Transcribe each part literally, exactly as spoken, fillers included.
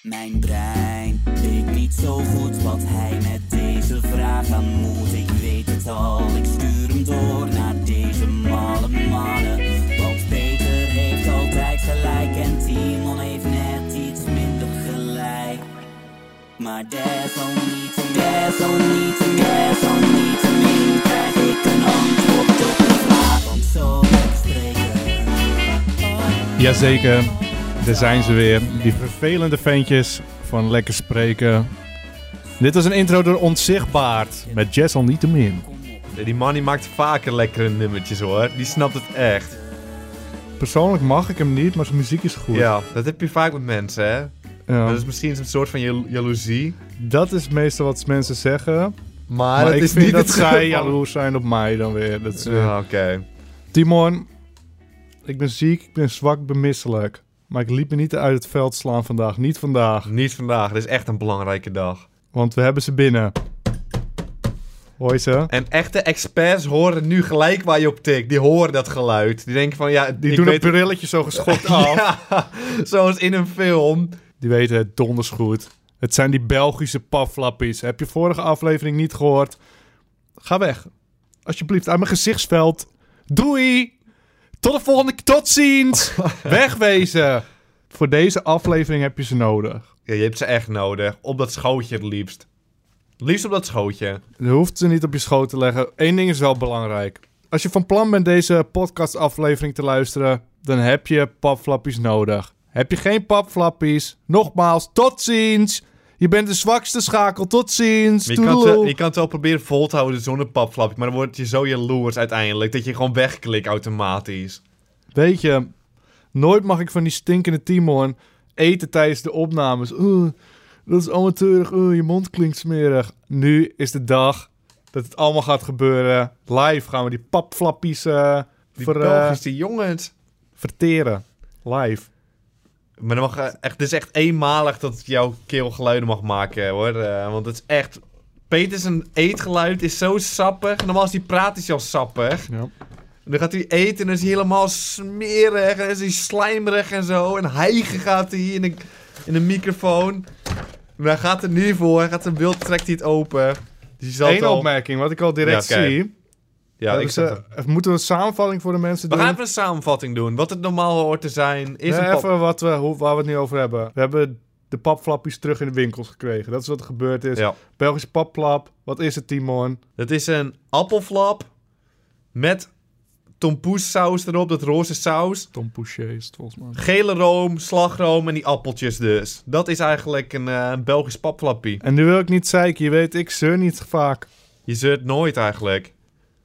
Mijn brein weet niet zo goed wat hij met deze vraag aan moet. Ik weet het al, ik stuur hem door naar deze malle mannen. Want Peter heeft altijd gelijk en Timon heeft net iets minder gelijk. Maar desalniettemin, desalniettemin, desalniettemin krijg ik een antwoord op de vraag. Want zo lekker spreken. Jazeker, daar zijn ze weer. Die vervelende ventjes van Lekker Spreken. Dit was een intro door Onzichtbaard met Desalniettemin. Die man die maakt vaker lekkere nummertjes hoor. Die snapt het echt. Persoonlijk mag ik hem niet, maar zijn muziek is goed. Ja, dat heb je vaak met mensen hè. Ja. Dat is misschien een soort van jalo- jaloezie. Dat is meestal wat mensen zeggen. Maar, Maar dat ik is vind niet dat het zij geval. jaloers zijn op mij dan weer. Dat is, uh... Ja, oké. Okay. Timon, ik ben ziek, ik ben zwak, ik ben misselijk. Maar ik liet me niet uit het veld slaan vandaag. Niet vandaag. Niet vandaag, dit is echt een belangrijke dag. Want we hebben ze binnen. Hoor je ze? En echte experts horen nu gelijk waar je op tikt. Die horen dat geluid. Die denken van ja... Die ik doen weet het brilletje zo geschokt af. Ja, zoals in een film. Die weten het donders goed. Het zijn die Belgische paflappies. Heb je vorige aflevering niet gehoord? Ga weg. Alsjeblieft, uit mijn gezichtsveld. Doei! Tot de volgende keer. Tot ziens! Wegwezen! Voor deze aflevering heb je ze nodig. Ja, je hebt ze echt nodig. Op dat schootje het liefst. Het liefst op dat schootje. Je hoeft ze niet op je schoot te leggen. Eén ding is wel belangrijk. Als je van plan bent deze podcastaflevering te luisteren, dan heb je papflappies nodig. Heb je geen papflappies? Nogmaals, tot ziens! Je bent de zwakste schakel. Tot ziens! Je kan, het, Toedeloe. wel- je kan het wel proberen vol te houden zonder papflapje, maar dan word je zo jaloers uiteindelijk dat je gewoon wegklikt automatisch. Weet je, nooit mag ik van die stinkende Timon eten tijdens de opnames. Oeh, dat is amateurig. Oeh, je mond klinkt smerig. Nu is de dag dat het allemaal gaat gebeuren. Live gaan we die papflappies uh, Die ver, uh, Belgische jongens. verteren. Live. Maar dan mag, eh, echt, het is echt eenmalig dat jouw keel geluiden mag maken, hoor. Uh, want het is echt... Peters een eetgeluid is zo sappig. Normaal als hij praat is hij al sappig. Ja. En dan gaat hij eten en dan is hij helemaal smerig. En dan is hij slijmerig en zo. En hijgen gaat hij in de, in de microfoon. Maar hij gaat er nu voor. Hij gaat zijn beeld, trekt hij het open. Dus je zal het Eén al... opmerking, wat ik al direct Ja, oké. zie. Ja, ik Dus, zeg uh, het. moeten we een samenvatting voor de mensen We doen? gaan even een samenvatting doen. Wat het normaal hoort te zijn. Is Nee, een pap... even wat we, hoe, waar we het nu over hebben. We hebben de papflappies terug in de winkels gekregen. Dat is wat er gebeurd is. Ja. Belgische papflap. Wat is het, Timon? Het is een appelflap met tompoessaus erop, dat roze saus. Tom Pouchet is het volgens mij. Gele room, slagroom en die appeltjes dus. Dat is eigenlijk een uh, Belgisch papflappie. En nu wil ik niet zeiken. Je weet, ik zeur niet vaak. Je zeurt nooit eigenlijk.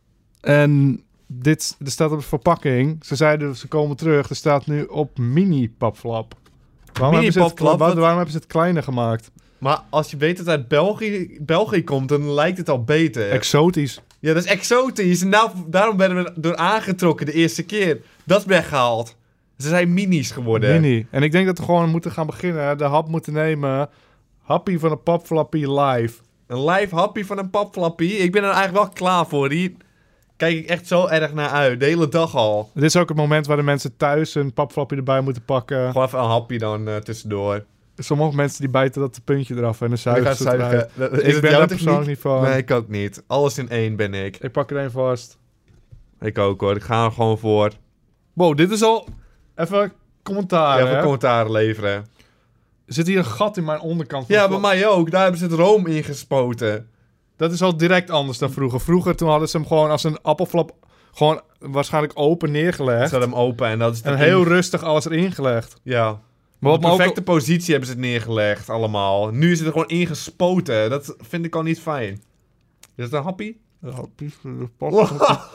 En dit er staat op de verpakking. Ze zeiden, ze komen terug. Er staat nu op mini papflap. Waarom, hebben ze het, Mini-papflap, waar- wat? waarom hebben ze het kleiner gemaakt? Maar als je weet dat het uit België, België komt, dan lijkt het al beter. Exotisch. ja, dat is exotisch. En nou, daarom werden we door aangetrokken de eerste keer. Dat is weggehaald. Ze zijn minis geworden. Mini. En ik denk dat we gewoon moeten gaan beginnen. De hap moeten nemen. Happy van een papflappie live. Een live happy van een papflappie. Ik ben er eigenlijk wel klaar voor. Hier kijk ik echt zo erg naar uit. De hele dag al. Dit is ook het moment waar de mensen thuis een papflappie erbij moeten pakken. Gewoon even een happy dan uh, tussendoor. Sommige mensen die bijten dat puntje eraf en dan Ik zuigen ga ze het eruit. zuigen. Dat- is Ik het ben jouw daar techniek? persoonlijk niet van. Nee, ik ook niet. Alles in één ben ik. Ik pak er een vast. Ik ook hoor. Ik ga er gewoon voor. Wow, dit is al... Even commentaar, Ja, hè? even commentaar leveren. Er zit hier een gat in mijn onderkant. van Ja, de bij flap. mij ook. Daar hebben ze het room in gespoten. Dat is al direct anders dan vroeger. Vroeger toen hadden ze hem gewoon als een appelflap... Gewoon waarschijnlijk open neergelegd. Zet hem open en dat is... En de heel in- rustig alles erin gelegd. Ja. Maar Op wat me ook... perfecte positie hebben ze het neergelegd allemaal. Nu is het er gewoon ingespoten. Dat vind ik al niet fijn. Is het een happy? Ja, pies, dat past.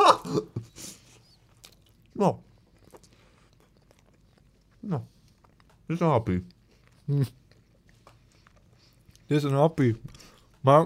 Nou. Nou. Dit is een happy. Dit is een happy. Maar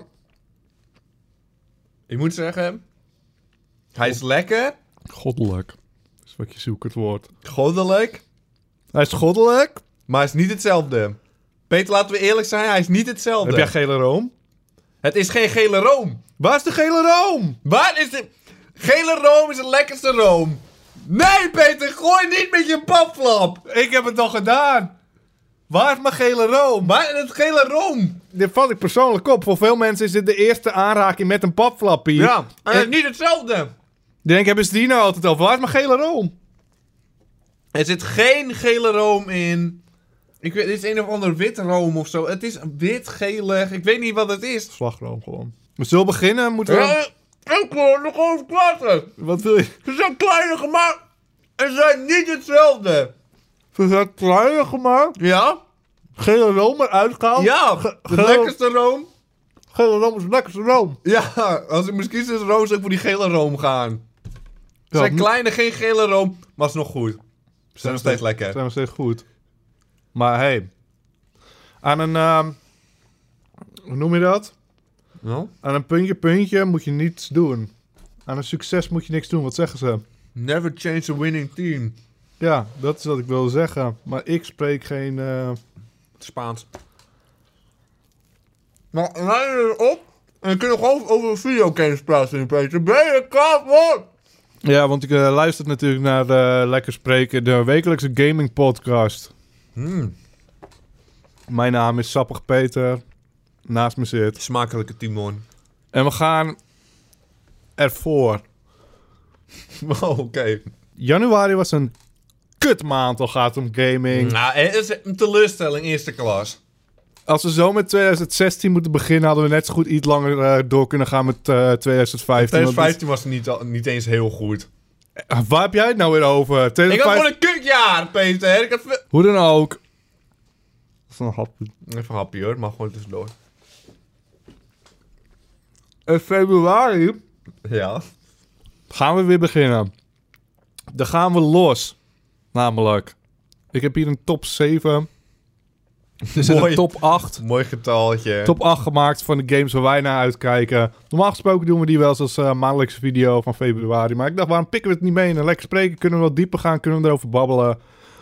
Ik moet zeggen... Hij is lekker. goddelijk. Dat is wat je zoekt, het woord. Goddelijk. Hij is goddelijk. Maar hij is niet hetzelfde. Peter, laten we eerlijk zijn. Hij is niet hetzelfde. Heb jij gele room? Het is geen gele room. Waar is de gele room? Waar is de... Gele room is de lekkerste room. Nee, Peter. Gooi niet met je papflap. Ik heb het al gedaan. Waar is mijn gele room? Waar is het gele room? Dit val ik persoonlijk op. Voor veel mensen is dit de eerste aanraking met een papflappie. Ja, en En- het is niet hetzelfde. Die denk, hebben ze die nou altijd over? Waar is mijn gele room? Er zit geen gele room in. Ik weet, dit is een of ander wit room of zo. Het is wit-gelig. Ik weet niet wat het is. Slagroom gewoon. We zullen beginnen. Moeten we... Ja, ik wil nog over praten. Wat wil je? Ze zijn kleiner gemaakt. En ze zijn niet hetzelfde. Ze zijn kleiner gemaakt. Ja? Gele room eruit gehaald. Ja, Ge- de gele- lekkerste room. Gele room is de lekkerste room. Ja, als ik moest kiezen is room, zou ik voor die gele room gaan. Ze Ja, zijn nu- kleiner, geen gele room, maar is nog goed. Ze zijn nog steeds lekker. Zijn nog steeds goed. Maar hey. Aan een... ehm, hoe noem je dat? No? Aan een puntje puntje moet je niets doen. Aan een succes moet je niks doen. Wat zeggen ze? Never change a winning team. Ja, dat is wat ik wilde zeggen. Maar ik spreek geen... eh, Spaans. Maar rij je erop en dan kunnen we gewoon over videogames praten nu, Peter. Ben je klaar voor? Ja, want ik uh, luister natuurlijk naar uh, Lekker Spreken, de wekelijkse gaming podcast. Hmm, Mijn naam is Sappig Peter. Naast me zit. smakelijke Timon. En we gaan ervoor. Oh, oké. Januari was een kutmaand al gaat om gaming. Nou, het is een teleurstelling, eerste klas. Als we zo met twintig zestien moeten beginnen, hadden we net zo goed iets langer uh, door kunnen gaan met uh, twintig vijftien. twintig vijftien was niet, al- niet eens heel goed. Want dit- Waar heb jij het nou weer over? Ik twintig had vijftien gewoon een kutjaar, Peter. Ik had ve- Hoe dan ook. Dat is een hap. Even happy hoor, mag gewoon tussendoor. In februari Ja. gaan we weer beginnen. Dan gaan we los. Namelijk. Ik heb hier een top zeven. Er zit Mooi. een top acht. Mooi getaltje. Top acht gemaakt van de games waar wij naar uitkijken. Normaal gesproken doen we die wel eens als uh, maandelijkse video van februari. Maar ik dacht, waarom pikken we het niet mee? En lekker spreken, kunnen we wat dieper gaan, kunnen we erover babbelen.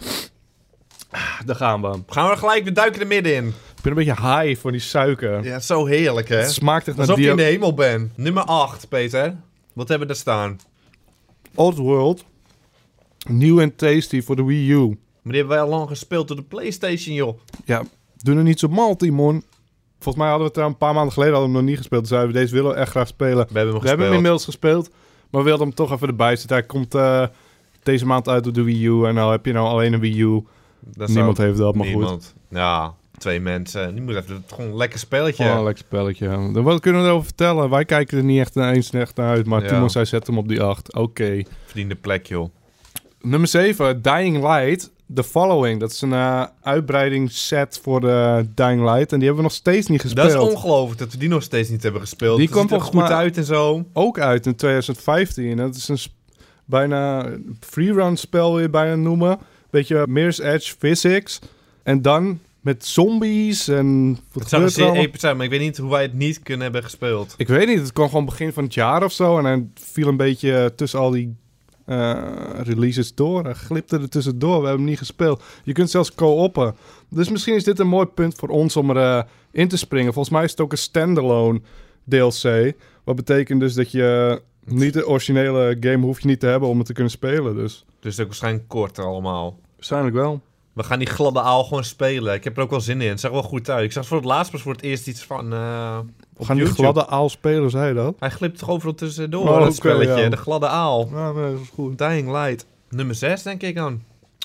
Ah, daar gaan we. Gaan we er gelijk, we duiken er midden in. Ik ben een beetje high van die suiker. Ja, zo heerlijk hè. Het smaakt echt naar Alsof je in dia- de hemel bent. Nummer acht, Peter. Wat hebben we daar staan? Oddworld. Nieuw en tasty voor de Wii U. Maar die hebben wij al lang gespeeld door de PlayStation, joh. Ja, doe er niet zo mal, Timon. Volgens mij hadden we het er een paar maanden geleden hadden we hem nog niet gespeeld. Dus zeiden we, deze willen we echt graag spelen. We hebben hem We gespeeld. hebben hem inmiddels gespeeld. Maar we wilden hem toch even erbij zetten. Hij komt uh, deze maand uit op de Wii U. En nou heb je nou alleen een Wii U. Dat is Niemand ook- heeft dat, maar goed. Niemand. Ja, twee mensen. Die moeten even het gewoon een lekker spelletje. Oh, een lekker spelletje. Dan wat kunnen we erover vertellen? Wij kijken er niet echt eens echt naar uit. Maar Ja. Timon zei, zet hem op die acht. Oké. Verdiende plek, joh. Nummer zeven, Dying Light. The Following. Dat is een uh, uitbreidingsset voor de Dying Light. En die hebben we nog steeds niet gespeeld. Dat is ongelooflijk dat we die nog steeds niet hebben gespeeld. Die Het kwam ziet er volgens goed mij- uit en zo. Ook uit in twintig vijftien. Dat is een sp- bijna freerun spel, wil je bijna noemen. Beetje Mirror's Edge physics. En dan met zombies en... wat Het zou gebeurt een er zeer allemaal? episch zijn, maar ik weet niet hoe wij het niet kunnen hebben gespeeld. Ik weet niet, het kwam gewoon begin van het jaar of zo. En hij viel een beetje tussen al die eh, releases door. Hij glipte er tussendoor. We hebben hem niet gespeeld. Je kunt zelfs co-oppen. Dus misschien is dit een mooi punt voor ons om erin in te springen. Volgens mij is het ook een standalone D L C. Wat betekent dus dat je niet de originele game hoef je niet te hebben om het te kunnen spelen. Dus Dus het is ook waarschijnlijk kort allemaal. waarschijnlijk wel. We gaan die gladde aal gewoon spelen. Ik heb er ook wel zin in. Het zag er wel goed uit. Ik zag voor het laatst pas voor het eerst iets van eh We op gaan die YouTube. gladde aal spelen, zei je dat? Hij glipt toch overal tussendoor, Oh, dat oké, spelletje. ja. De gladde aal. Ja, nee, dat is goed. Dying Light. Nummer zes, denk ik dan.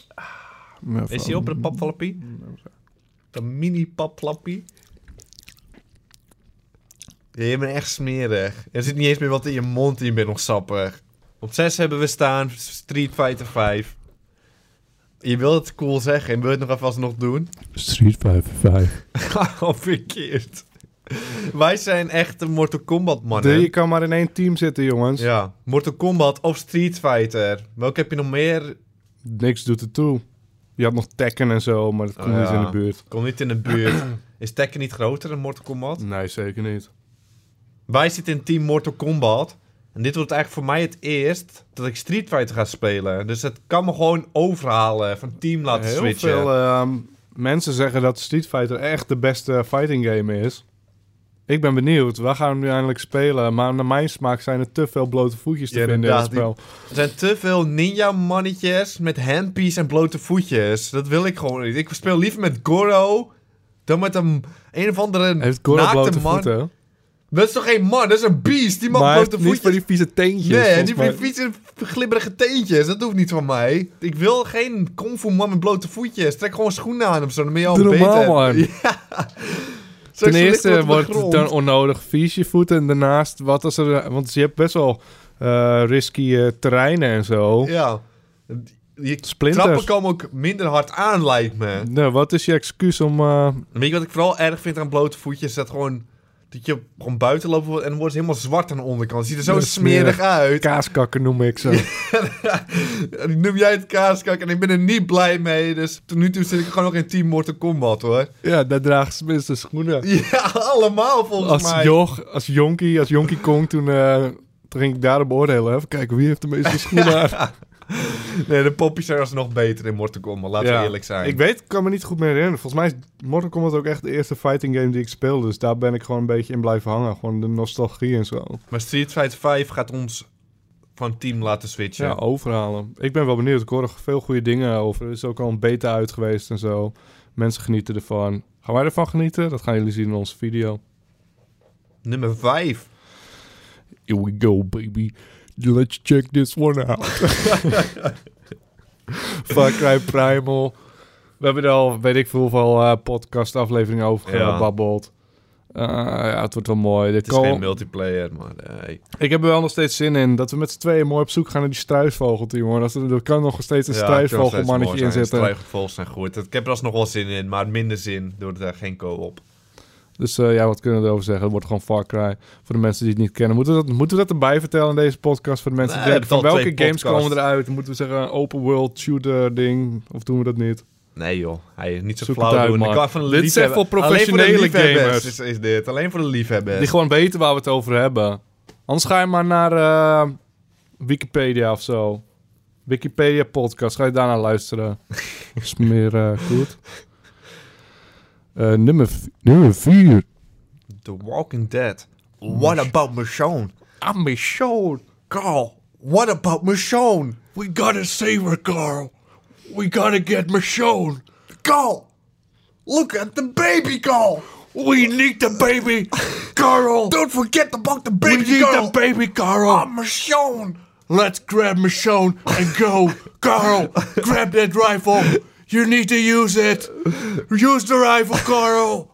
Is hij op, de papflappie? De mini papflappie. Ja, je bent echt smerig. Er zit niet eens meer wat in je mond en je bent nog sappig. Op zes hebben we staan Street Fighter vijf. Je wilt het cool zeggen en wil je het nog even alsnog doen? Street Fighter vijf. Oh, verkeerd. Wij zijn echt een Mortal Kombat mannen. Je kan maar in één team zitten, jongens. Ja, Mortal Kombat of Street Fighter. Welke heb je nog meer? Niks doet ertoe. Je had nog Tekken en zo, maar dat komt Oh, niet ja. in de buurt. Kom niet in de buurt. Is Tekken niet groter dan Mortal Kombat? Nee, zeker niet. Wij zitten in team Mortal Kombat. En dit wordt eigenlijk voor mij het eerst dat ik Street Fighter ga spelen. Dus het kan me gewoon overhalen, van team laten Heel switchen. veel ehm, mensen zeggen dat Street Fighter echt de beste fighting game is. Ik ben benieuwd. We gaan hem nu eindelijk spelen. Maar naar mijn smaak zijn er te veel blote voetjes te Ja, vinden in het inderdaad, spel. Er zijn te veel ninja-mannetjes met handpiece en blote voetjes. Dat wil ik gewoon niet. Ik speel liever met Goro dan met een, een of andere Heeft Goro naakte blote man. voeten? Dat is toch geen man? Dat is een beest. Die mag Maar hij blote heeft niet voetjes. voor die vieze teentjes. Nee, en volgens die mij. vieze glibberige teentjes. Dat hoeft niet van mij. Ik wil geen kung fu man met blote voetjes. Trek gewoon schoenen aan of zo. Dan ben je al Doe beter. normaal, man. Ja. Ten Straks ligt eerste wat op de wordt het grond. dan onnodig vies je voeten. En daarnaast, wat als er... Want je hebt best wel eh, risky eh, terreinen en zo. Ja. Die Splinters. trappen komen ook minder hard aan, lijkt me. Nou, wat is je excuus om... eh, Weet je wat ik vooral erg vind aan blote voetjes? Dat gewoon... Dat je gewoon buiten loopt en dan wordt het helemaal zwart aan de onderkant. Het ziet er zo Dat is smerig smerig. uit. kaaskakken noem ik zo. Noem jij het kaaskak en ik ben er niet blij mee. Dus tot nu toe zit ik gewoon nog in Team Mortal Kombat, hoor. Ja, daar dragen ze minstens schoenen. Ja, allemaal volgens Als mij. joch, als jonkie, als jonkie Kong, toen, eh, toen ging ik daar beoordelen. Even kijken, wie heeft de meeste schoenen aan? Nee, de poppies zijn alsnog beter in Mortal Kombat. Laten Ja. we eerlijk zijn. Ik weet, ik kan me niet goed meer herinneren. Volgens mij is Mortal Kombat ook echt de eerste fighting game die ik speelde. Dus daar ben ik gewoon een beetje in blijven hangen. Gewoon de nostalgie en zo. Maar Street Fighter vijf gaat ons van team laten switchen. Ja, overhalen. Ik ben wel benieuwd. Ik hoor er veel goede dingen over. Er is ook al een beta uit geweest en zo. Mensen genieten ervan. Gaan wij ervan genieten? Dat gaan jullie zien in onze video. Nummer vijf. Here we go, baby. Let's check this one out. Far Cry Primal. We hebben er al, weet ik veel, hoeveel uh, podcast afleveringen over Ja. gebabbeld. Uh, ja, het wordt wel mooi. Dit Het is kan- geen multiplayer, maar nee. Ik heb er wel nog steeds zin in dat we met z'n tweeën mooi op zoek gaan naar die struisvogeltje, jongen. Dat er, er kan nog steeds een Ja, het kan nog steeds struisvogelmannetje mooi in zijn. zitten. Struisvogels zijn goed. Ik heb er alsnog wel zin in, maar minder zin door er geen co-op. Dus uh, ja, wat kunnen we erover zeggen? Het wordt gewoon Far Cry. Voor de mensen die het niet kennen. Moeten we dat, moeten we dat erbij vertellen in deze podcast? Voor de mensen Nee, die denken, het van al welke twee games podcasts. komen eruit? Moeten we zeggen een open world shooter ding? Of doen we dat niet? Nee joh, hij niet zo Zoek flauw het uit, doen. man. Ik kan van de Dit is echt liefhebber- voor Alleen voor de professionele liefhebbers gamers. Is, is dit. Alleen voor de liefhebbers. Die gewoon weten waar we het over hebben. Anders ga je maar naar uh, Wikipedia of zo. Wikipedia podcast. Ga je daarna luisteren. Dat is meer uh, goed. Uh, nummer, v- nummer vier. The Walking Dead. What about Michonne? I'm Michonne. Carl, what about Michonne? We gotta save her, Carl. We gotta get Michonne. Carl, look at the baby, Carl. We need the baby, Carl. Don't forget about the We baby, need Carl. the baby, Carl. Oh, Michonne. Let's grab Michonne and go. Carl, grab that rifle. You need to use it. Use the rifle, Carl.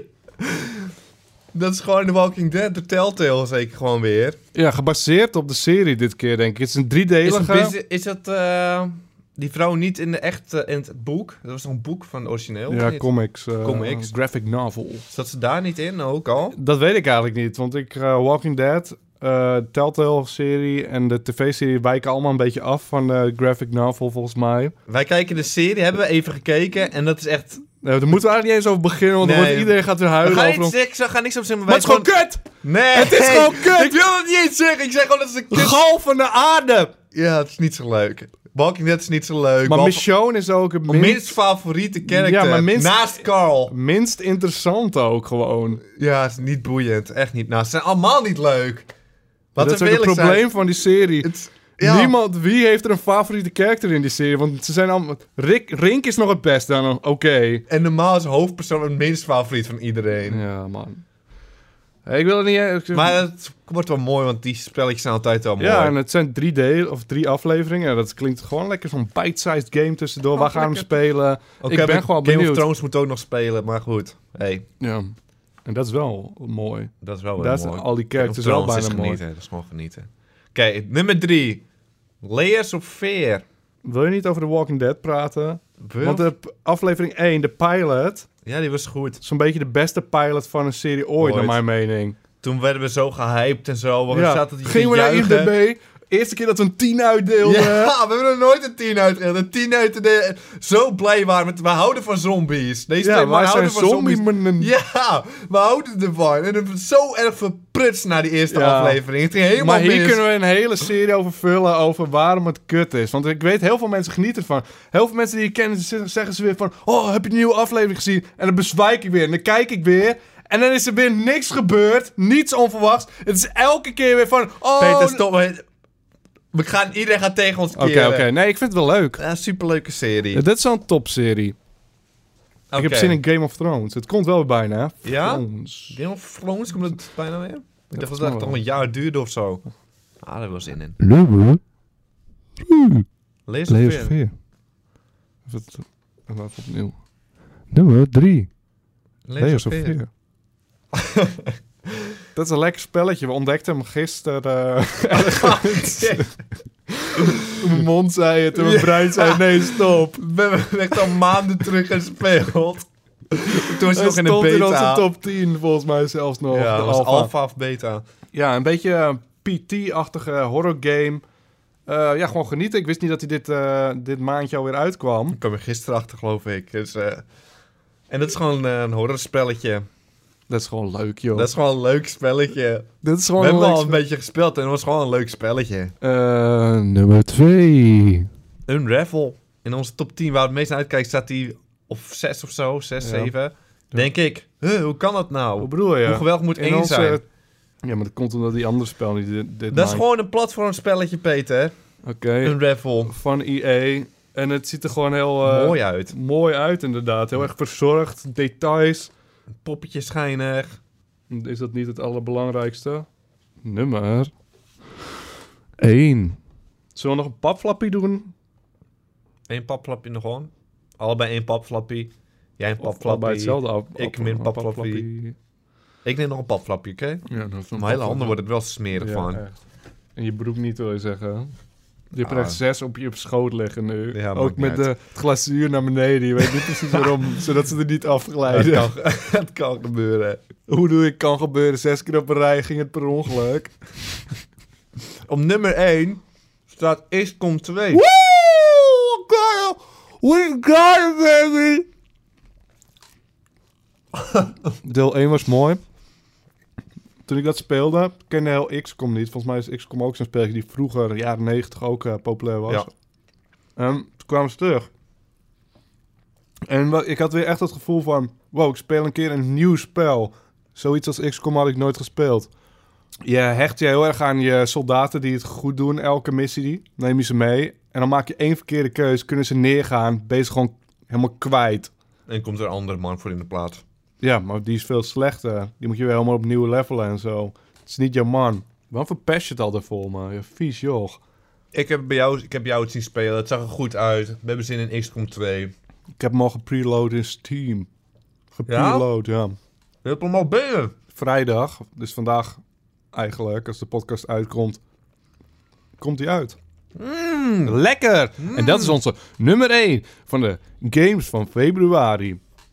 Dat is gewoon The Walking Dead, de Telltale zeker gewoon weer. Ja, gebaseerd op de serie dit keer, denk ik. Het is een Is, driedelige. het- is, is dat eh, die vrouw niet in, de echt, eh, in het boek? Dat was toch een boek van het origineel? Ja, of niet? comics. uh, Comics. Graphic novel. Zat ze daar niet in ook al? Dat weet ik eigenlijk niet, want ik uh, Walking Dead, uh, Telltale-serie en de tv-serie wijken allemaal een beetje af van de graphic novel, volgens mij. Wij kijken de serie, hebben we even gekeken en dat is echt... Nou, daar moeten we eigenlijk niet eens over beginnen, want dan Nee. wordt iedereen gaat weer We huilen gaan over niet ons. zeggen, ik ga niks op zeggen, Maar het is gewoon kut! Nee! Het is gewoon kut! Ik wil het niet eens zeggen, ik zeg gewoon dat het een kut... Gal van de aarde! Ja, het is niet zo leuk. Walking Dead is niet zo leuk. Maar Behalve- Michonne is ook het Mijn minst, minst favoriete karakter. Ja, maar minst- Naast Carl. minst interessant ook gewoon. Ja, het is niet boeiend. Echt niet. Nou, ze zijn allemaal niet leuk. Wat Dat is we ook het eerlijk probleem zijn. van die serie. Het, ja. Niemand, wie heeft er een favoriete karakter in die serie? Want ze zijn allemaal... Rick, Rink is nog het beste dan, oké. En normaal is hoofdpersoon het minst favoriet van iedereen. Ja, man. Hey, ik wil het niet... ik- Maar het wordt wel mooi, want die spelletjes zijn altijd wel mooi. Ja, en het zijn drie delen of drie afleveringen. Ja, dat klinkt gewoon lekker zo'n bite-sized game tussendoor. Oh, Waar gaan we hem lekker. spelen? Ook ik heb ben gewoon Game benieuwd. of Thrones moet ook nog spelen, maar goed. Hey, Ja, en dat is wel mooi. dat is wel weer Daar mooi. zijn al die Game of characters wel Thrones bijna is mooi. genieten, dat is gewoon genieten. Oké, nummer drie. Layers of Fear. Wil je niet over The Walking Dead praten? Wil- Want de p- aflevering één, de pilot... Ja, die was goed. Zo'n beetje de beste pilot van een serie ooit, Ooit. naar mijn mening. Toen werden we zo gehyped en zo. Want we Ja, zaten die gingen we te naar juichen. I M D B. Eerste keer dat we een tien uitdeelden. Ja, we hebben er nooit een tien uitgedeeld. Een tien uit de... Zo blij waren met... We houden van zombies. Deze Ja, twee wij mannen zijn houden van zombie zombies. mannen. Ja, we houden ervan. En het was zo erg verprutst na die eerste Ja. aflevering. Het ging helemaal Maar hier mis. kunnen we een hele serie over vullen over waarom het kut is. Want ik weet, heel veel mensen genieten ervan. Heel veel mensen die je kennen, zeggen ze weer van... Oh, heb je een nieuwe aflevering gezien? En dan bezwijk ik weer. En dan kijk ik weer... En dan is er weer niks gebeurd. Niets onverwachts. Het is elke keer weer van... Oh, Peter, stop. We gaan, iedereen gaat tegen ons Oké, keren. oké. Nee, ik vind het wel leuk. Ja, superleuke serie. Ja, dit is zo'n topserie. Oké. Ik heb zin in Game of Thrones. Het komt wel weer bijna, hè? Ja? Thrones. Game of Thrones komt het bijna weer? Ik dacht dat volgens het mij echt al wel. een jaar duurde of zo. Ah, daar heb ik wel zin in. Nummer... Lees Leo of Sofia. weer? Even, even opnieuw. Nummer drie. Leo Leo Sofia. Dat is een lekker spelletje. We ontdekten hem gisteren. Uh, mijn mond zei het en mijn Ja. brein zei nee, stop. We hebben echt al maanden terug gespeeld. Toen was Hij hij nog in de stond in onze beta. top tien volgens mij zelfs nog. Ja, de dat was alpha. alpha of beta. Ja, een beetje een P T-achtige horror game. Uh, ja, gewoon genieten. Ik wist niet dat hij dit, uh, dit maandje alweer uitkwam. Ik kwam er gisteren achter, geloof ik. Dus, uh, en dat is gewoon uh, een horrorspelletje. Dat is gewoon leuk, joh. Dat is gewoon een leuk spelletje. Dat is We gewoon hebben een al leuk een beetje gespeeld en het was gewoon een leuk spelletje. Uh, nummer twee. Unravel. In onze top tien, waar we het meest naar uitkijken, staat hij op zes of zo. zes, Ja. zeven. Denk ik, huh, hoe kan dat nou? Hoe bedoel je? Hoe geweldig moet In één onze- zijn? Ja, maar dat komt omdat die andere spel niet dit, dit Dat is maakt. gewoon een platformspelletje, Peter. Oké, Unravel. van E A. En het ziet er gewoon heel... uh, Mooi uit. Mooi uit, inderdaad. Heel erg verzorgd. Details. Poppetje schijnig. Is dat niet het allerbelangrijkste? Nummer... één. Zullen we nog een papflappie doen? Eén papflappie nog gewoon. Allebei één papflappie. Jij een Of papflappie. bij hetzelfde af, Ik af- min af- papflappie. Ik neem nog een papflappie, oké? Ja, dat is een Mijn hele handen papflappie. worden er wel smerig Ja, van. echt. En je broek niet, wil je zeggen. Je hebt er Ah. echt zes op je schoot liggen nu. Ja, Ook maakt met niet de glazuur naar beneden. Je weet niet precies waarom, zodat ze er niet Het afglijden. kan, het kan gebeuren. Hoe doe ik? Kan gebeuren. Zes keer op een rij ging het per ongeluk. Op nummer één staat X COM twee. Woo! We got it, baby! Deel één was mooi. Toen ik dat speelde, kende heel X COM niet. Volgens mij is X COM ook zo'n spelletje die vroeger, jaren negentig, ook uh, populair was. Ja. En toen kwamen ze terug. En wat, ik had weer echt het gevoel van... Wow, ik speel een keer een nieuw spel. Zoiets als X COM had ik nooit gespeeld. Je hecht je heel erg aan je soldaten die het goed doen. Elke missie die, neem je ze mee. En dan maak je één verkeerde keuze. Kunnen ze neergaan. Ben je ze gewoon helemaal kwijt. En komt er een andere man voor in de plaats. Ja, maar die is veel slechter. Die moet je weer helemaal opnieuw levelen en zo. Het is niet jouw man. Waarom verpest je het altijd voor me? Je vies joch. Ik heb, bij jou, ik heb jou het zien spelen. Het zag er goed uit. We hebben zin in X COM twee. Ik heb hem al gepreload in Steam. Gepreload, ja. Je hebt hem al binnen. Vrijdag, dus vandaag eigenlijk, als de podcast uitkomt, komt hij uit. Mm. Lekker! En dat is onze nummer één van de games van februari.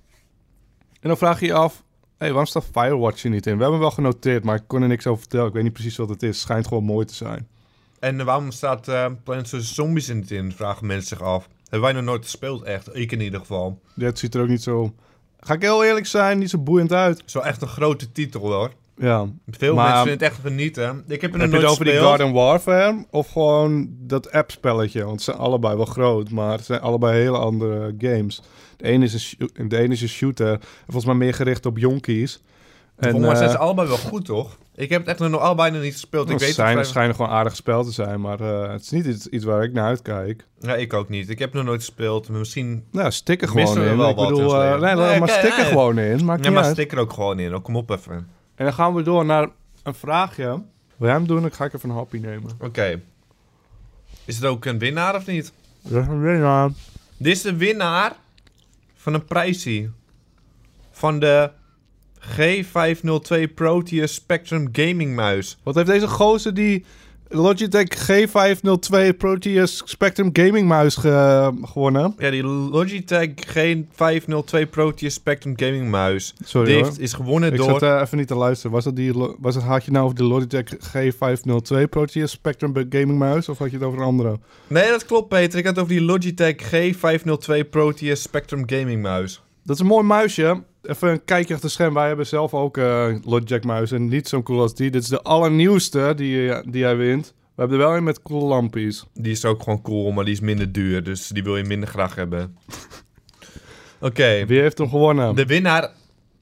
En dan vraag je je af, hé, waarom staat Firewatch er niet in? We hebben hem wel genoteerd, maar ik kon er niks over vertellen. Ik weet niet precies wat het is. Het schijnt gewoon mooi te zijn. En waarom staat uh, Plants vs. Zombies er niet in? Vragen mensen zich af. Hebben wij nog nooit gespeeld, echt. Ik in ieder geval. Ja, het ziet er ook niet zo... Ga ik heel eerlijk zijn, niet zo boeiend uit. Zo echt een grote titel, hoor. Ja. Veel Maar- mensen vinden het echt genieten. Ik heb er nog Heb je nooit het over die gespeeld. Garden Warfare of gewoon dat app-spelletje? Want ze zijn allebei wel groot, maar het zijn allebei hele andere games. De ene is een, shoo- de ene is een shooter, en volgens mij meer gericht op jonkies. En, Volgens mij zijn eh, ze allebei wel goed, toch? Ik heb het echt nog allebei nog niet gespeeld. Ik het weet zijn, het schijnen gewoon aardig spel te zijn, maar eh, het is niet iets, iets waar ik naar uitkijk. Ja, ik ook niet. Ik heb het nog nooit gespeeld. Maar misschien... Nou, stik er Missen gewoon we in. wel Ik wat bedoel, in ons eh, leven. nee, Nee, maar kijk, stik er nee. gewoon in. Maakt Ja, niet maar uit. stik er ook gewoon in. Oh, kom op even. En dan gaan we door naar een vraagje. Wil jij hem doen? Dan ga ik even een hapje nemen. Oké. Is het ook een winnaar of niet? Dat is een winnaar. Dit is de winnaar van een prijsie. Van de G vijfhonderdtwee Proteus Spectrum Gaming muis. Wat heeft deze gozer die Logitech G vijfhonderdtwee Proteus Spectrum Gaming muis ge- gewonnen? Ja, die Logitech G vijfhonderdtwee Proteus Spectrum Gaming muis. Sorry Die hoor. heeft, is gewonnen Ik door... zat uh, even niet te luisteren. Was, dat die, lo- was het, had je nou over de Logitech G vijfhonderdtwee Proteus Spectrum Gaming muis? Of had je het over een andere? Nee, dat klopt, Peter. Ik had het over die Logitech G vijfhonderdtwee Proteus Spectrum Gaming muis. Dat is een mooi muisje. Even een kijkje achter het scherm. Wij hebben zelf ook uh, Logitech muis. En niet zo cool als die. Dit is de allernieuwste die, uh, die hij wint. We hebben er wel een met coole lampjes. Die is ook gewoon cool, maar die is minder duur. Dus die wil je minder graag hebben. Oké. Wie heeft hem gewonnen? De winnaar...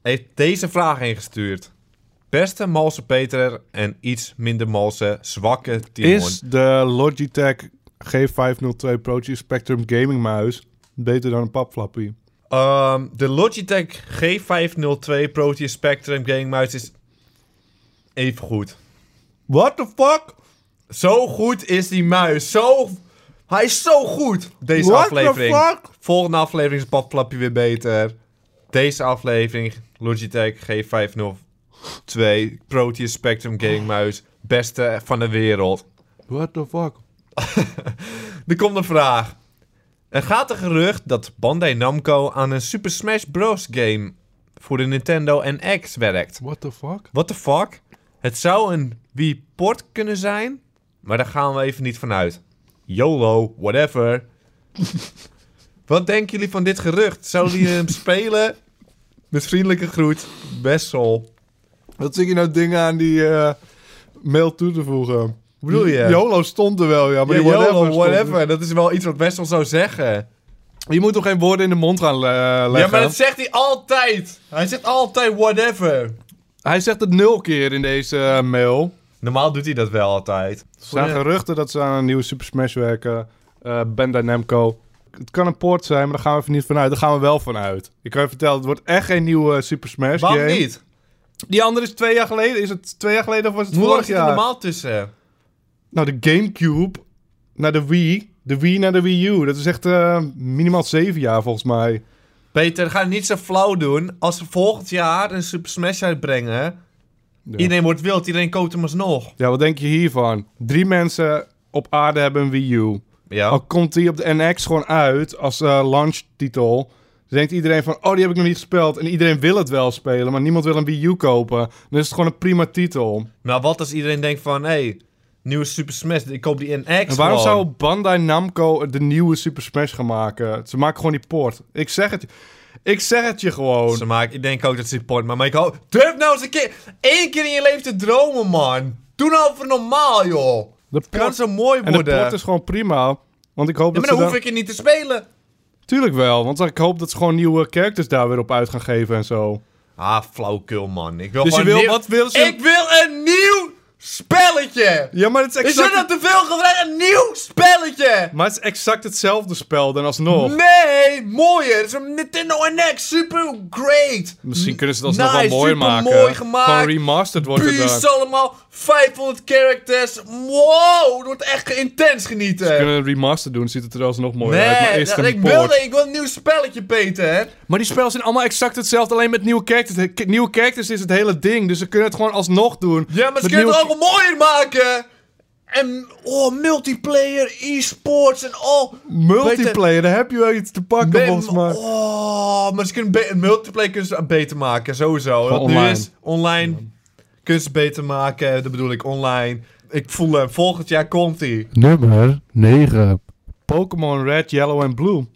heeft deze vraag ingestuurd. Beste malse Peter en iets minder malse zwakke Timon. Is de Logitech G vijfhonderdtwee Pro G Spectrum gaming muis beter dan een papflappie? Um, de Logitech G vijfhonderdtwee Pro G Spectrum gaming muis is even goed. What the fuck? Zo goed is die muis. Zo... Hij is zo goed. Deze What aflevering. the fuck? Volgende aflevering is papflapje weer beter. Deze aflevering Logitech G vijfhonderdtwee Pro G Spectrum gaming muis. Beste van de wereld. What the fuck? Er komt een vraag. Er gaat een gerucht dat Bandai Namco aan een Super Smash Bros. Game voor de Nintendo N X werkt. What the fuck? What the fuck? Het zou een Wii-port kunnen zijn, maar daar gaan we even niet vanuit. YOLO, whatever. Wat denken jullie van dit gerucht? Zouden jullie hem spelen? Met vriendelijke groet, Bessel. Wat zit je nou dingen aan die uh, mail toe te voegen? Hoe bedoel je? YOLO stond er wel, ja. Maar Ja, die whatever, YOLO, stond er- whatever. Dat is wel iets wat Bessel zou zeggen. Je moet toch geen woorden in de mond gaan uh, leggen? Ja, maar dat zegt hij altijd. Hij zegt altijd whatever. Hij zegt het nul keer in deze uh, mail. Normaal doet hij dat wel altijd. Er zijn geruchten dat ze aan een nieuwe Super Smash werken. Uh, Bandai Namco. Het kan een port zijn, maar daar gaan we even niet vanuit. Daar gaan we wel vanuit. Ik kan je vertellen, het wordt echt geen nieuwe Super Smash Waarom game. niet? Die andere is twee jaar geleden. Is het twee jaar geleden of was het Hoe lang vorig zit er jaar? normaal tussen? Nou, de Gamecube naar de Wii. De Wii naar de Wii U. Dat is echt uh, minimaal zeven jaar volgens mij. Peter, ga niet zo flauw doen. Als ze volgend jaar een Super Smash uitbrengen... Ja. Iedereen wordt wild, iedereen koopt hem alsnog. Ja, wat denk je hiervan? Drie mensen op aarde hebben een Wii U. Ja. Al komt die op de N X gewoon uit als uh, launchtitel. Dan denkt iedereen van, oh, die heb ik nog niet gespeeld. En iedereen wil het wel spelen, maar niemand wil een Wii U kopen. Dan is het gewoon een prima titel. Maar wat als iedereen denkt van... Hé, hey, nieuwe Super Smash, ik koop die N X En waarom gewoon. zou Bandai Namco de nieuwe Super Smash gaan maken? Ze maken gewoon die port. Ik zeg het, ik zeg het je gewoon. Ze maken, ik denk ook dat ze support, maar, maar ik hoop... Durf nou eens een keer... één keer in je leven te dromen, man. Doe nou even normaal, joh. De Het kan port, zo mooi en worden. de port is gewoon prima. Want ik hoop Ja, dat maar dan ze hoef dan... ik je niet te spelen. Tuurlijk wel, want ik hoop dat ze gewoon nieuwe characters daar weer op uit gaan geven en zo. Ah, flauwkul, man. Ik wil Dus je gewoon wil, nieuw... wat wil ze... Ik wil een nieuw spelletje. Ja, maar het is Is exact... er dat te veel gevraagd? Een nieuw spelletje. Maar het is exact hetzelfde spel dan alsnog. Nee, mooier. Het is een Nintendo N X. Super great. Misschien kunnen ze dat alsnog nice, wel mooi super maken. mooi gemaakt. Gewoon remastered wordt het Beast dan. allemaal. vijfhonderd characters. Wow, het wordt echt intens genieten. Ze kunnen een remaster doen, ziet het er alsnog mooi uit. Maar Nee, is het dat- een ik, port. wilde, ik wil een nieuw spelletje, Peter. Maar die spellen zijn allemaal exact hetzelfde, alleen met nieuwe characters. De k- Nieuwe characters is het hele ding, dus ze kunnen het gewoon alsnog doen. Ja, maar ze Met kunnen het nieuwe- ook wel mooier maken. En, oh, multiplayer, e-sports en oh. Multiplayer, daar heb je wel iets te pakken Ben- volgens mij. Oh, maar ze kunnen be- multiplayer kunnen ze beter maken, sowieso. Gewoon Want nu online. is online kunnen ze beter maken, dat bedoel ik online. Ik voel hem, volgend jaar komt hij. Nummer negen. Pokémon Red, Yellow en Blue.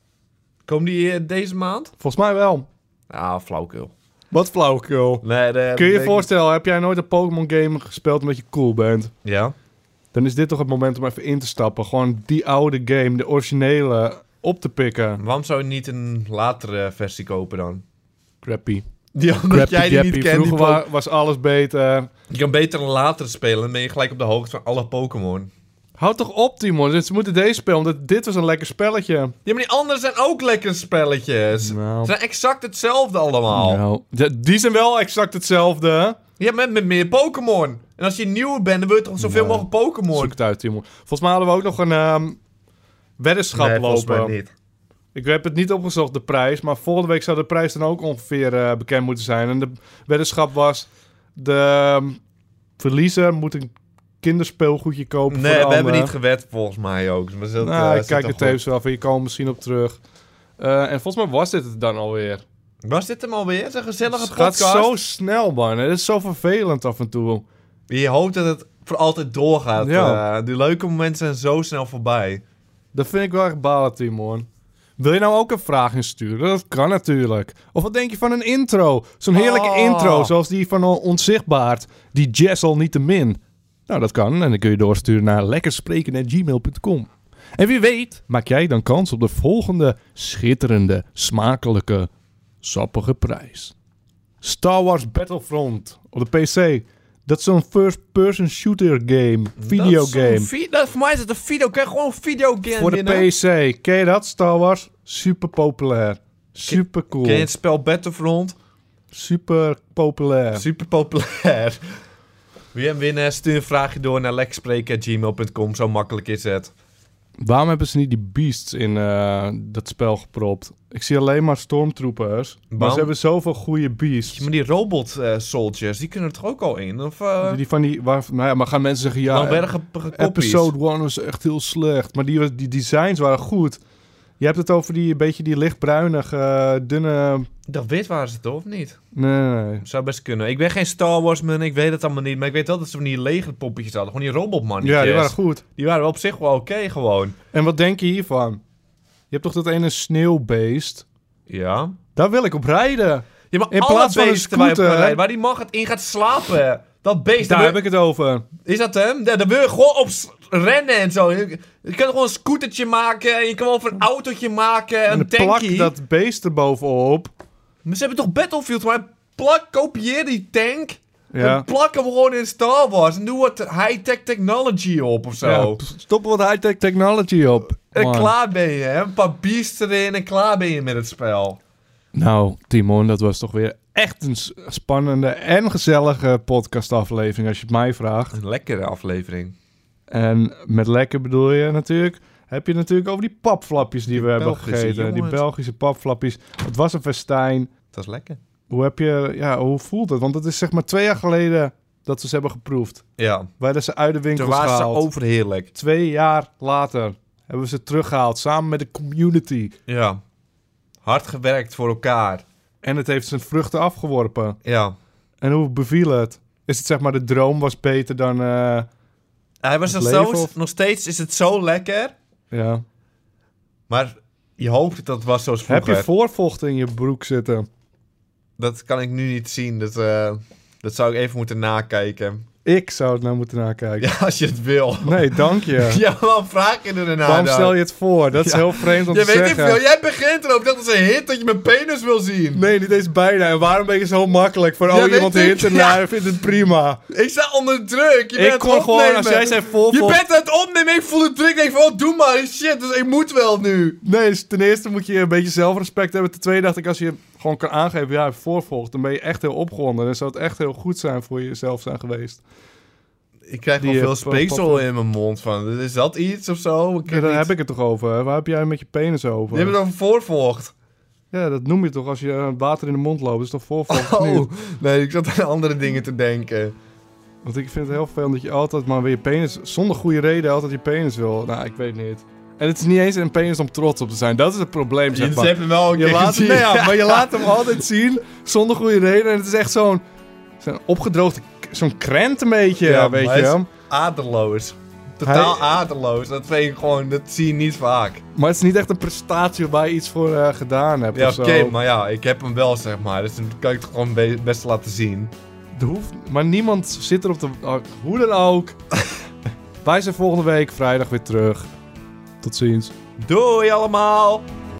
Komt die eh, deze maand? Volgens mij wel. Ah, flauwkul. Wat flauwekul. Nee, de, Kun je je de- voorstellen, heb jij nooit een Pokémon game gespeeld omdat je cool bent? Ja. Dan is dit toch het moment om even in te stappen. Gewoon die oude game, de originele, op te pikken. Waarom zou je niet een latere versie kopen dan? Crappy. Die omdat Crappy jij die niet Jappy. kent. Die Vroeger po- wa- was alles beter. Je kan beter een latere spelen, dan ben je gelijk op de hoogte van alle Pokémon. Houd toch op, Timon. Ze moeten deze spelen, want dit was een lekker spelletje. Ja, maar die andere zijn ook lekkere spelletjes. Nou. Ze zijn exact hetzelfde allemaal. Nou, ja, die zijn wel exact hetzelfde. hè? Ja, met, met meer Pokémon. En als je nieuw bent, dan wil je toch zoveel Nee. mogelijk Pokémon. Zoek het uit, Timon. Volgens mij hadden we ook nog een ehm weddenschap Nee, volgens lopen. mij niet. Ik heb het niet opgezocht, de prijs. Maar volgende week zou de prijs dan ook ongeveer eh, bekend moeten zijn. En de weddenschap was... De ehm, verliezer moet een kinderspeelgoedje kopen Nee, voor de we hebben ander. niet gewet volgens mij ook. Maar dat, Nou, eh, ik zit kijk toch het goed. even wel van. Je komt misschien op terug. Eh, en volgens mij was dit het dan alweer. Was dit hem alweer? Het is een gezellige Het gaat podcast. zo snel, man. Het is zo vervelend af en toe. Je hoopt dat het voor altijd doorgaat. Ja. Eh, die leuke momenten zijn zo snel voorbij. Dat vind ik wel echt balen, Timon. Wil je nou ook een vraag insturen? Dat kan natuurlijk. Of wat denk je van een intro? Zo'n heerlijke Oh. intro, zoals die van Onzichtbaard. Die jazz al niet te min. Nou, dat kan. En dan kun je doorsturen naar lekkerspreken at gmail punt com. En wie weet, maak jij dan kans op de volgende schitterende, smakelijke, sappige prijs. Star Wars Battlefront op de P C. Dat is zo'n first-person shooter game. Videogame. Vi- dat, voor mij is het een videogame. Gewoon een videogame. Voor de binnen. P C. Ken je dat? Star Wars. Super populair. Super cool. Ken je het spel Battlefront? Super populair. Super populair. Wie hem winnen, stuur een vraagje door naar lekspreken at gmail dot com. Zo makkelijk is het. Waarom hebben ze niet die beasts in uh, dat spel gepropt? Ik zie alleen maar stormtroopers. Maar Waarom? ze hebben zoveel goede beasts. Maar die robot uh, soldiers, die kunnen er toch ook al in? Of uh, Die van die, waar, nou ja, maar gaan mensen zeggen, ja, langwerpige kopies? episode one was echt heel slecht. Maar die, die designs waren goed. Je hebt het over die beetje die lichtbruinige, uh, dunne... Dat wit waren ze toch, of niet? Nee, nee, nee. Zou best kunnen. Ik ben geen Star Wars man, ik weet het allemaal niet. Maar ik weet wel dat ze van die legerpoppetjes hadden. Gewoon die robotmannetjes. Ja, die waren goed. Die waren op zich wel oké okay, gewoon. En wat denk je hiervan? Je hebt toch dat ene sneeuwbeest? Ja. Daar wil ik op rijden. Ja, maar In alle plaats van een beesten waar je op kan scooter, rijden, waar die mag het in gaat slapen. Dat beest, Daar daar heb ik het over. is dat hem? Ja, daar wil je gewoon op s- rennen en zo. Je, je kan gewoon een scootertje maken. Je kan wel over een autootje maken. En Een dan plak tankie. dat beest erbovenop. Maar ze hebben toch Battlefield, maar plak, kopieer die tank. Ja. En plak hem gewoon in Star Wars. En doe wat high-tech technology op of zo. Ja, p- stop er wat high-tech technology op. En Man. klaar ben je, hè? Een paar beasts erin en klaar ben je met het spel. Nou, Timon, dat was toch weer echt een s- spannende en gezellige podcastaflevering als je het mij vraagt. Een lekkere aflevering. En met lekker bedoel je natuurlijk... Heb je natuurlijk over die papflapjes die, Die we hebben Belgische gegeten. Die jongens. Belgische papflapjes. Het was een festijn. Dat is lekker. Hoe heb je... Ja, hoe voelt het? Want het is zeg maar twee jaar geleden dat we ze hebben geproefd. Ja. We hadden ze uit de Toen winkel waren ze gehaald. overheerlijk. Twee jaar later hebben we ze teruggehaald. Samen met de community. Ja. Hard gewerkt voor elkaar. En het heeft zijn vruchten afgeworpen. Ja. En hoe beviel het? Is het zeg maar de droom was beter dan... eh, Hij was Het nog, leven zo, of- nog steeds is het zo lekker. ja. Maar je hoopt dat het was zoals vroeger. Heb je voorvocht in je broek zitten? Dat kan ik nu niet zien. Dat, eh, dat zou ik even moeten nakijken. Ik zou het nou moeten nakijken. Ja, als je het wil. Nee, dank je. Ja, waarom vraag je er daarna Waarom dan? stel je het voor? Dat is Ja. heel vreemd om Je te weet niet zeggen. veel. Jij begint erop. Dat is een hint dat je mijn penis wil zien. Nee, niet eens bijna. En waarom ben je zo makkelijk? Voor Ja, oh, weet iemand ik. hint ernaar, Ja. vindt het prima. Ik sta onder druk. Je Ik bent kon het gewoon, opnemen. als jij zei Je voorvocht... bent aan het opnemen. Ik voel de druk. Ik denk van, oh, doe maar. Shit, dus ik moet wel nu. Nee, dus ten eerste moet je een beetje zelfrespect hebben. Ten tweede dacht ik, als je gewoon kan aangeven, ja, voorvolgt, dan ben je echt heel opgewonden. Dan zou het echt heel goed zijn voor jezelf zijn geweest. Ik krijg Die, wel veel eh, speeksel pop- in mijn mond van. Is dat iets of zo? Ik Ja, daar niet- heb ik het toch over? Waar heb jij met je penis over? Je hebt het over voorvocht. Ja, dat noem je toch als je water in de mond loopt. Dat is toch voorvolgt of Oh, niet? nee, ik zat aan andere dingen te denken. Want ik vind het heel veel dat je altijd maar weer je penis, zonder goede reden, altijd je penis wil. Nou, ik weet niet. En het is niet eens een penis om trots op te zijn. Dat is het probleem, zeg Je maar. hebt hem wel een Je keer laat hem, gezien. nee, ja, maar je laat hem altijd zien zonder goede reden. En het is echt zo'n, zo'n opgedroogde, zo'n krent een beetje, Ja, weet maar je. hij is aderloos. Totaal Hij- aderloos. Dat vind ik gewoon, dat zie je niet vaak. Maar het is niet echt een prestatie waar je iets voor eh, gedaan hebt Ja, of oké, zo. maar ja, ik heb hem wel, zeg maar. Dus dan kan ik het gewoon be- best laten zien. Er hoeft, maar niemand zit erop te... oh, hoe dan ook. Wij zijn volgende week vrijdag weer terug. Tot ziens. Doei allemaal!